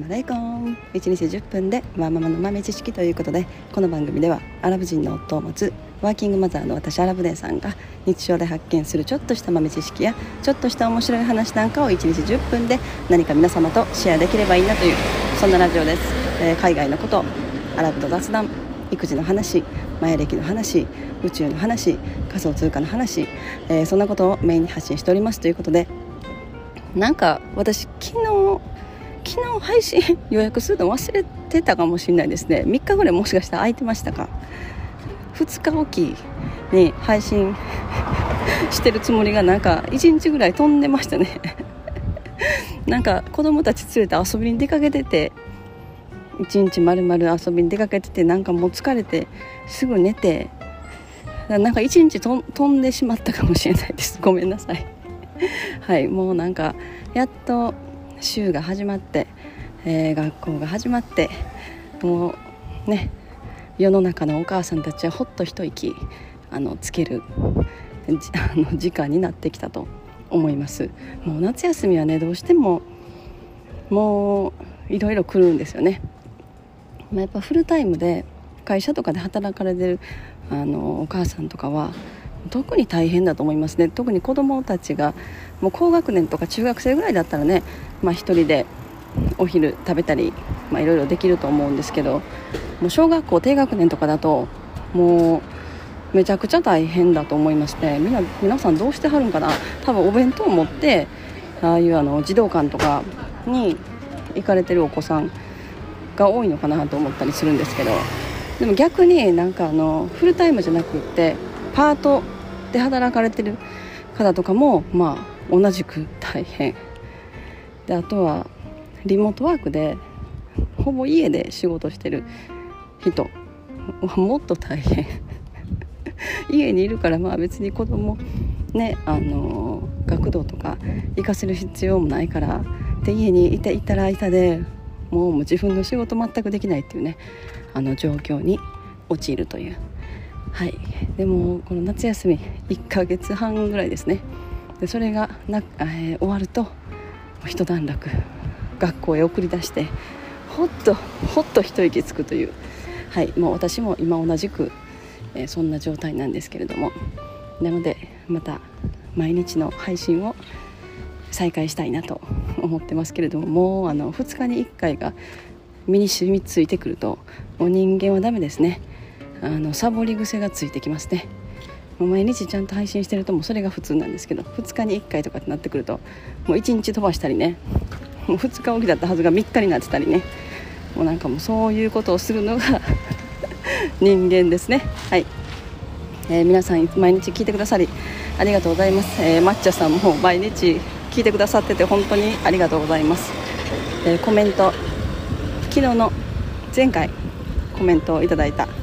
ラムアライコン。1日10分でワーママの豆知識ということで、この番組ではアラブ人の夫を持つワーキングマザーの私アラブ姉さんが日常で発見するちょっとした豆知識やちょっとした面白い話なんかを1日10分で何か皆様とシェアできればいいなという、そんなラジオです。海外のこと、アラブと雑談、育児の話、前歴の話、宇宙の話、仮想通貨の話、そんなことをメインに発信しておりますということで、なんか私昨日配信予約するの忘れてたかもしれないですね。3日ぐらいもしかしたら空いてましたか。2日おきに配信してるつもりがなんか1日ぐらい飛んでましたねなんか子供たち連れて遊びに出かけてて、1日丸々遊びに出かけてて、なんかもう疲れてすぐ寝て、なんか1日飛んでしまったかもしれないです。ごめんなさいはい、もうなんかやっと週が始まって、学校が始まって、もうね、世の中のお母さんたちはほっと一息つける時間になってきたと思います。もう夏休みはね、どうしてももういろいろ来るんですよね。やっぱフルタイムで会社とかで働かれてるお母さんとかは特に大変だと思いますね。特に子どもたちがもう高学年とか中学生ぐらいだったらね、一人でお昼食べたりいろいろできると思うんですけど、もう小学校低学年とかだともうめちゃくちゃ大変だと思いまして、皆さんどうしてはるんかな。多分お弁当を持ってああいう児童館とかに行かれてるお子さんが多いのかなと思ったりするんですけど、でも逆になんかフルタイムじゃなくってパートで働かれてる方とかも同じく大変で、あとはリモートワークでほぼ家で仕事してる人はもっと大変家にいるから別に子供ね、学童とか行かせる必要もないからで、家にいたらいたでもう自分の仕事全くできないっていうね、状況に陥るという。はい、でもこの夏休み1ヶ月半ぐらいですね。でそれが終わると一段落、学校へ送り出してほっと一息つくという。はい、もう私も今同じく、そんな状態なんですけれども、なのでまた毎日の配信を再開したいなと思ってますけれども、もう2日に1回が身に染みついてくるともう人間はダメですね。サボり癖がついてきますね。もう毎日ちゃんと配信してるともうそれが普通なんですけど、2日に1回とかってなってくるともう1日飛ばしたりね、もう2日おきだったはずが3日になってたりね、もうなんかもうそういうことをするのが人間ですね。はい、皆さん毎日聞いてくださりありがとうございます。抹茶さんも毎日聞いてくださってて本当にありがとうございます。コメント、昨日の前回コメントをいただいた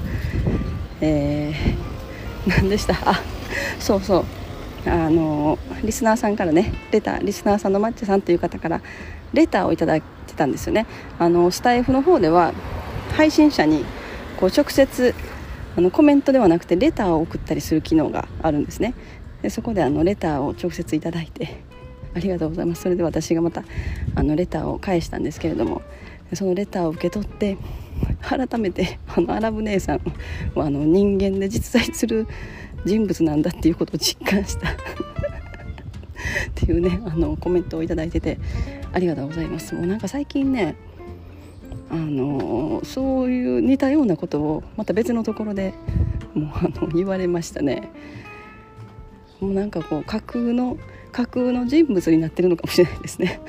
何でした。そうリスナーさんからね、リスナーさんの抹茶さんという方からレターをいただいてたんですよね。スタイフの方では配信者に直接コメントではなくてレターを送ったりする機能があるんですね。でそこでレターを直接いただいてありがとうございます。それで私がまたレターを返したんですけれども、そのレターを受け取って改めてアラブ姉さんは人間で実在する人物なんだっていうことを実感したっていうね、コメントをいただいててありがとうございます。もうなんか最近ね、そういう似たようなことをまた別のところでもう言われましたね。もうなんかこう架空の人物になってるのかもしれないですね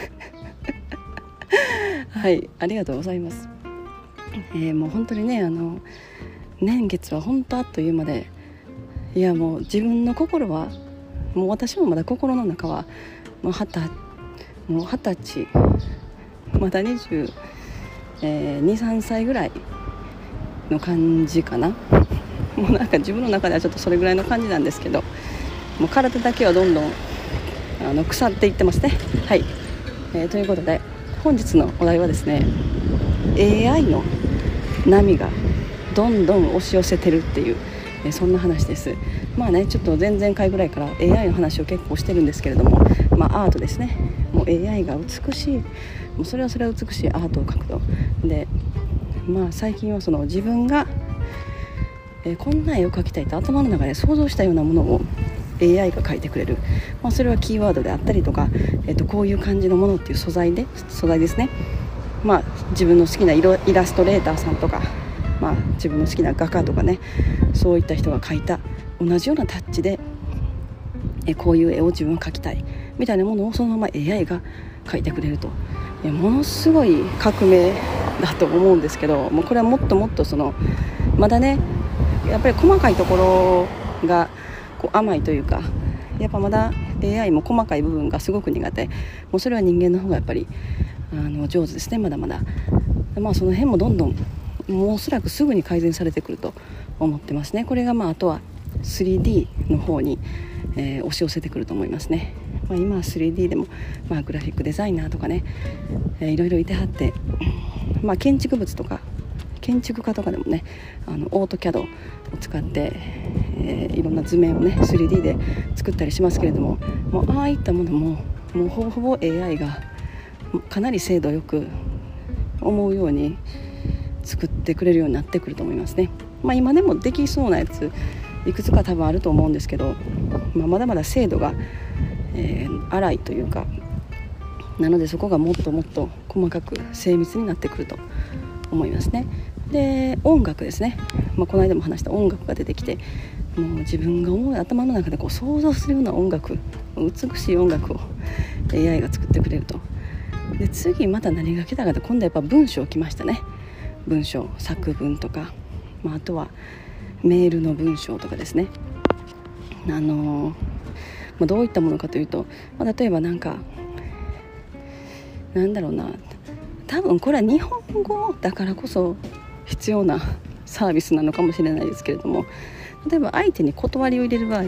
はい、ありがとうございます。もう本当にね、年月は本当あっという間で、いやもう自分の心はもう私もまだ心の中はもう20歳まだ22、3歳ぐらいの感じかなもうなんか自分の中ではちょっとそれぐらいの感じなんですけど、もう体だけはどんどん腐っていってますね。はい、ということで本日のお題はですね、 AI の波がどんどん押し寄せてるっていう、そんな話です。ちょっと前々回ぐらいから AI の話を結構してるんですけれども、アートですね。もう AI が美しいもうそれは美しいアートを描くと。で最近はその自分が、こんな絵を描きたいと頭の中で想像したようなものを AI が描いてくれる、それはキーワードであったりとか、こういう感じのものっていう素材ですね。自分の好きなイラストレーターさんとか、自分の好きな画家とかね、そういった人が描いた同じようなタッチで、こういう絵を自分は描きたいみたいなものをそのまま AI が描いてくれると。ものすごい革命だと思うんですけど、もうこれはもっともっとまだね、やっぱり細かいところが甘いというか、やっぱまだ AI も細かい部分がすごく苦手。もうそれは人間の方がやっぱり上手ですね、まだまだ。その辺もどんどんもうおそらくすぐに改善されてくると思ってますね。これがあとは 3D の方に、押し寄せてくると思いますね。今は 3D でも、グラフィックデザイナーとかね、いろいろいてはって、建築物とか建築家とかでもね、オートキャドを使って、いろんな図面をね 3D で作ったりしますけれども、もうああいったものももうほぼほぼ AI がかなり精度よく思うように作ってくれるようになってくると思いますね。今でもできそうなやついくつか多分あると思うんですけど、まだまだ精度が、粗いというか、なのでそこがもっともっと細かく精密になってくると思いますね。で音楽ですね、この間も話した音楽が出てきて、もう自分が思う頭の中で想像するような音楽、美しい音楽を AI が作ってくれると。で次また何が来たかで、今度はやっぱ文章来ましたね。文章、作文とか、あとはメールの文章とかですね。どういったものかというと、例えばなんだろうな、多分これは日本語だからこそ必要なサービスなのかもしれないですけれども、例えば相手に断りを入れる場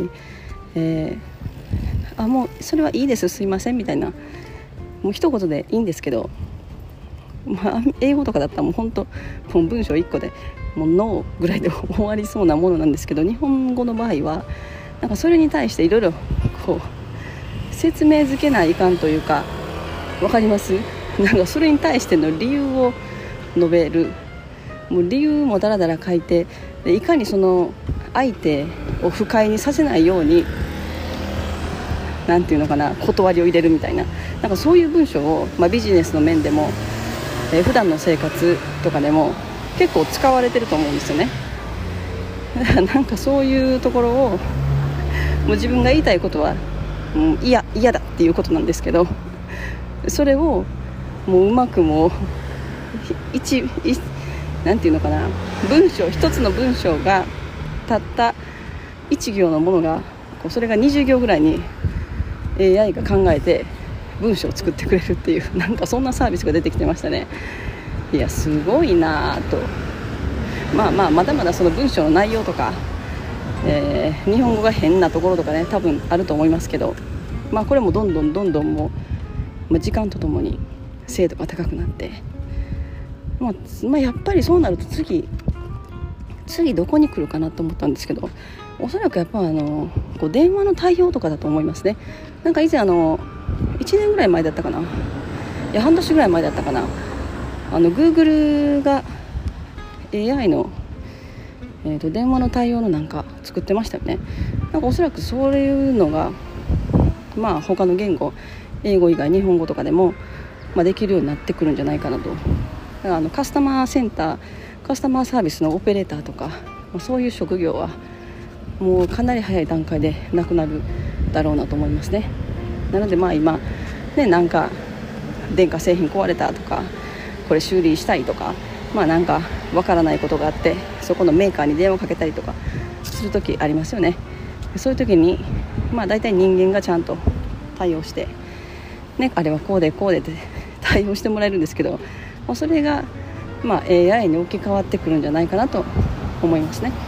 合、もうそれはいいです、すいませんみたいな、もう一言でいいんですけど、英語とかだったらもう本当もう文章1個でもうノーぐらいで終わりそうなものなんですけど、日本語の場合はそれに対していろいろ説明づけないかんというか、わかります？それに対しての理由を述べる、もう理由もだらだら書いて、いかにその相手を不快にさせないようになんていうのかな、断りを入れるみたいな、そういう文章を、ビジネスの面でも、普段の生活とかでも結構使われてると思うんですよね。そういうところを、もう自分が言いたいことは嫌だっていうことなんですけど、それをもううまくもうなんていうのかな、一つの文章がたった1行のものがそれが20行ぐらいに AI が考えて文章を作ってくれるっていう、そんなサービスが出てきてましたね。いやすごいなと。まだまだその文章の内容とか、日本語が変なところとかね多分あると思いますけど、これもどんどんもう、時間とともに精度が高くなって、やっぱりそうなると次どこに来るかなと思ったんですけど、おそらくやっぱ電話の対応とかだと思いますね。以前1年ぐらい前だったかな、半年ぐらい前だったかな、Google が AI の、電話の対応の作ってましたよね。おそらくそういうのが他の言語、英語以外日本語とかでも、できるようになってくるんじゃないかなと。カスタマーセンター、カスタマーサービスのオペレーターとか、そういう職業はもうかなり早い段階でなくなるだろうなと思いますね。なので今ね、電化製品壊れたとか、これ修理したいとか、わからないことがあってそこのメーカーに電話かけたりとかする時ありますよね。そういう時にだいたい人間がちゃんと対応して、あれはこうでって対応してもらえるんですけど、それがAI に置き換わってくるんじゃないかなと思いますね。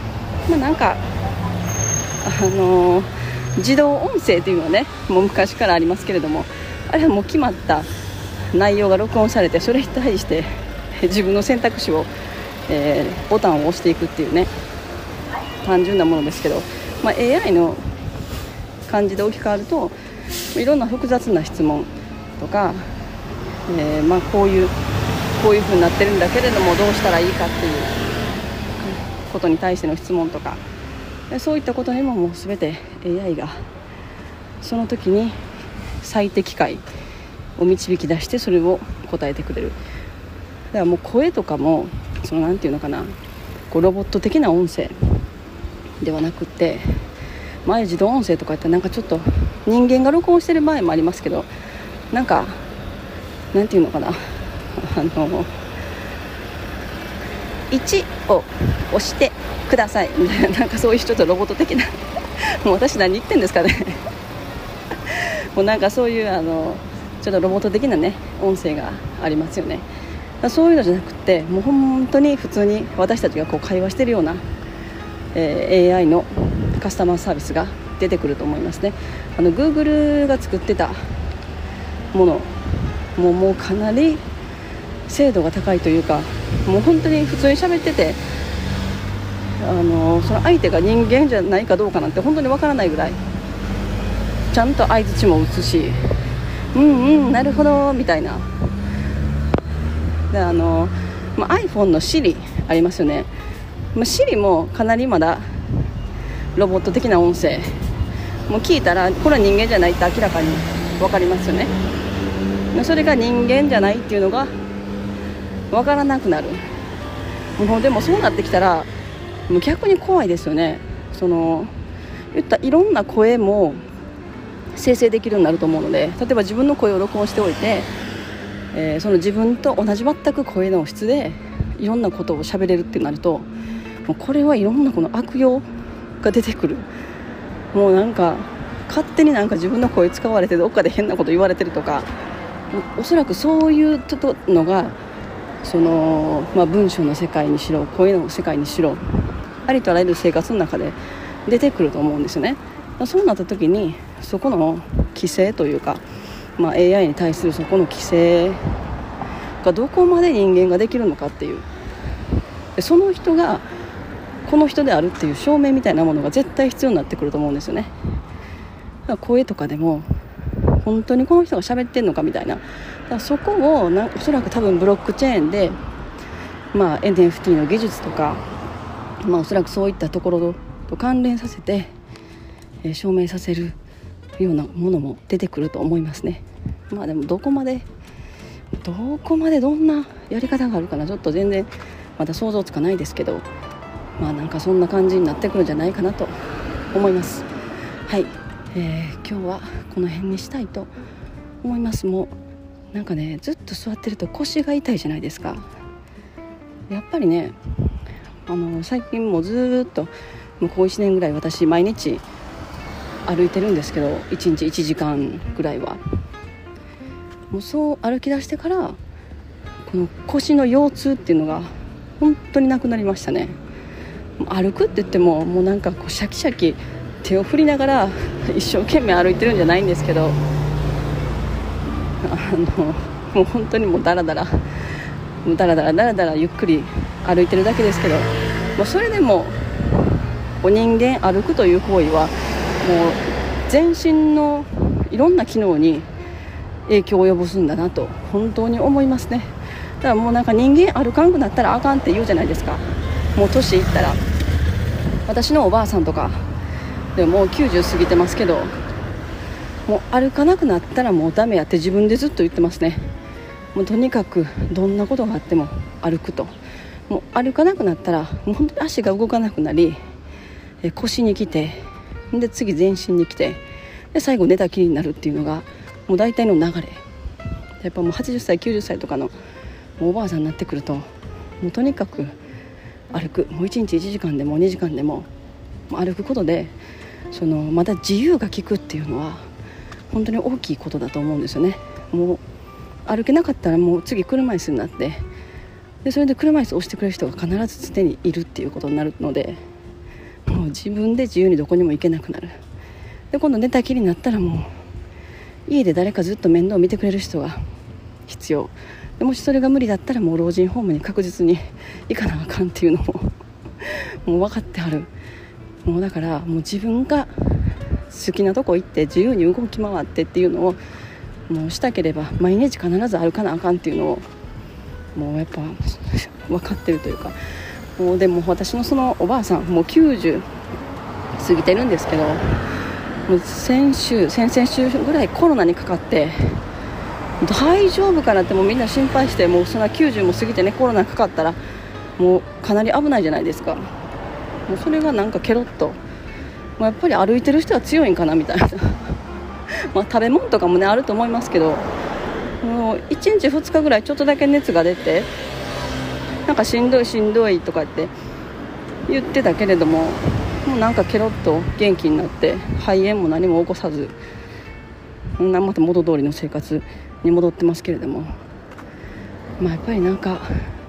自動音声というのはね、もう昔からありますけれども、あれはもう決まった内容が録音されて、それに対して自分の選択肢を、ボタンを押していくっていうね、単純なものですけど、AI の感じで置き換わるといろんな複雑な質問とか、 こういう風になってるんだけれどもどうしたらいいかっていうことに対しての質問とか、そういったことにももう全て AI がその時に最適解を導き出してそれを答えてくれる。だからもう声とかもなんていうのかな、ロボット的な音声ではなくて、前自動音声とかやったらなんかちょっと人間が録音してる場合もありますけど、なんていうのかな、1を押してくださいみたいな、なんかそういうちょっとロボット的なもう私何言ってんですかねもうなんかそういうちょっとロボット的なね音声がありますよね。そういうのじゃなくて、もう本当に普通に私たちが会話してるような、AI のカスタマーサービスが出てくると思いますね。Google が作ってたものもうかなり精度が高いというか、もう本当に普通に喋っててその相手が人間じゃないかどうかなんて本当にわからないぐらいちゃんと相槌も打つし、なるほどみたいな。でiPhone の Siri ありますよね。Siri もかなりまだロボット的な音声、もう聞いたらこれは人間じゃないって明らかに分かりますよね。それが人間じゃないっていうのが分からなくなる。もうでもそうなってきたらもう逆に怖いですよね。言ったいろんな声も生成できるようになると思うので、例えば自分の声を録音しておいて、その自分と同じ全く声の質でいろんなことを喋れるってなると、もうこれはいろんなこの悪用が出てくる。もうなんか勝手になんか自分の声使われてどっかで変なこと言われてるとか、おそらくそういうのが文章の世界にしろ声の世界にしろありとあらゆる生活の中で出てくると思うんですよね。そうなった時にそこの規制というか、AI に対するそこの規制がどこまで人間ができるのかっていう、でその人がこの人であるっていう証明みたいなものが絶対必要になってくると思うんですよね。だから声とかでも本当にこの人が喋ってんのかみたいな、だからそこをおそらく多分ブロックチェーンで、NFT の技術とか、おそらくそういったところと関連させて、証明させるようなものも出てくると思いますね。でもどこまでどんなやり方があるかな、ちょっと全然まだ想像つかないですけど、なんかそんな感じになってくるんじゃないかなと思います。はい、今日はこの辺にしたいと思います。もうなんかね、ずっと座ってると腰が痛いじゃないですか。やっぱりね、最近もずっともうこう1年ぐらい私毎日歩いてるんですけど、1日1時間ぐらいはもうそう歩き出してからこの腰の腰痛っていうのが本当になくなりましたね。歩くって言ってももうなんかシャキシャキ手を振りながら一生懸命歩いてるんじゃないんですけど、もう本当にもうダラダラゆっくり歩いてるだけですけど、もうそれでも人間歩くという行為はもう全身のいろんな機能に影響を及ぼすんだなと本当に思いますね。だからもうなんか人間歩かんくなったらあかんって言うじゃないですか。もう年いったら、私のおばあさんとかでももう90過ぎてますけど、もう歩かなくなったらもうダメやって自分でずっと言ってますね。もうとにかくどんなことがあっても歩くと、もう歩かなくなったらもう本当に足が動かなくなり、腰に来て、で次全身に来て、で最後寝たきりになるっていうのがもう大体の流れ。やっぱもう80歳90歳とかのもうおばあさんになってくると、もうとにかく歩く、もう1日1時間でも2時間でも歩くことでまた自由が利くっていうのは本当に大きいことだと思うんですよね。もう歩けなかったらもう次車椅子になって、でそれで車椅子を押してくれる人が必ず常にいるっていうことになるので、もう自分で自由にどこにも行けなくなる。で今度寝たきりになったらもう家で誰かずっと面倒を見てくれる人が必要で、もしそれが無理だったらもう老人ホームに確実に行かなあかんっていうのももう分かってある。もうだからもう自分が好きなとこ行って自由に動き回ってっていうのをもうしたければ毎日必ず歩かなあかんっていうのをもうやっぱ分かってるというか、もうでも私のそのおばあさんもう90過ぎてるんですけど、もう先々週ぐらいコロナにかかって大丈夫かなってもうみんな心配して、もうそんな90も過ぎてねコロナかかったらもうかなり危ないじゃないですか。もうそれがなんかケロッと、もうやっぱり歩いてる人は強いんかなみたいなまあ食べ物とかもねあると思いますけど、もう1日2日ぐらいちょっとだけ熱が出てなんかしんどいとかって言ってたけれども、もうなんかケロッと元気になって肺炎も何も起こさずまた元通りの生活に戻ってますけれども、まあ、やっぱりなんか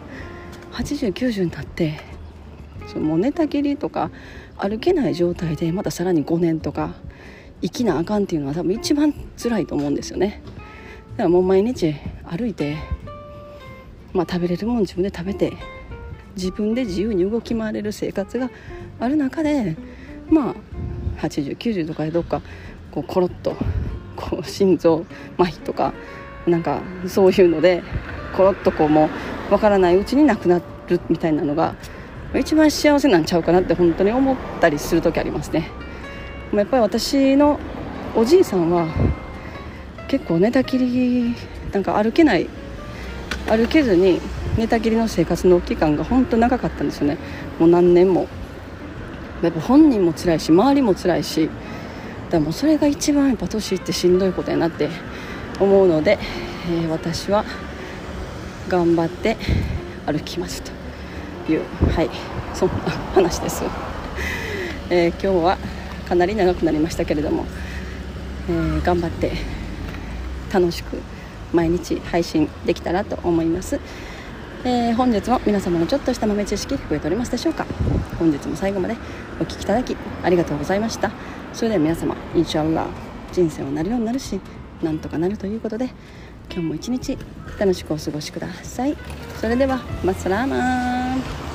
80、90になってもう寝たきりとか歩けない状態でまたさらに5年とか生きなあかんっていうのは多分一番辛いと思うんですよね。だからもう毎日歩いて、まあ、食べれるもん自分で食べて自分で自由に動き回れる生活がある中で、まあ80、90とかでどっかこうコロッとこう心臓麻痺とかなんかそういうのでコロッとこうもう分からないうちに亡くなるみたいなのが一番幸せなんちゃうかなって本当に思ったりする時ありますね。やっぱり私のおじいさんは結構寝たきりなんか歩けずに寝たきりの生活の期間が本当長かったんですよね。もう何年も。やっぱ本人も辛いし周りも辛いし、だからもうそれが一番やっぱ年いってしんどいことやなって思うので、私は頑張って歩きますという、はい、そんな話です、今日はかなり長くなりましたけれども、頑張って楽しく毎日配信できたらと思います。本日も皆様のちょっとした豆知識聞こえておりますでしょうか。本日も最後までお聞きいただきありがとうございました。それでは皆様インシャアラー人生はなるようになるしなんとかなるということで、今日も一日楽しくお過ごしください。それではマッサラーマン。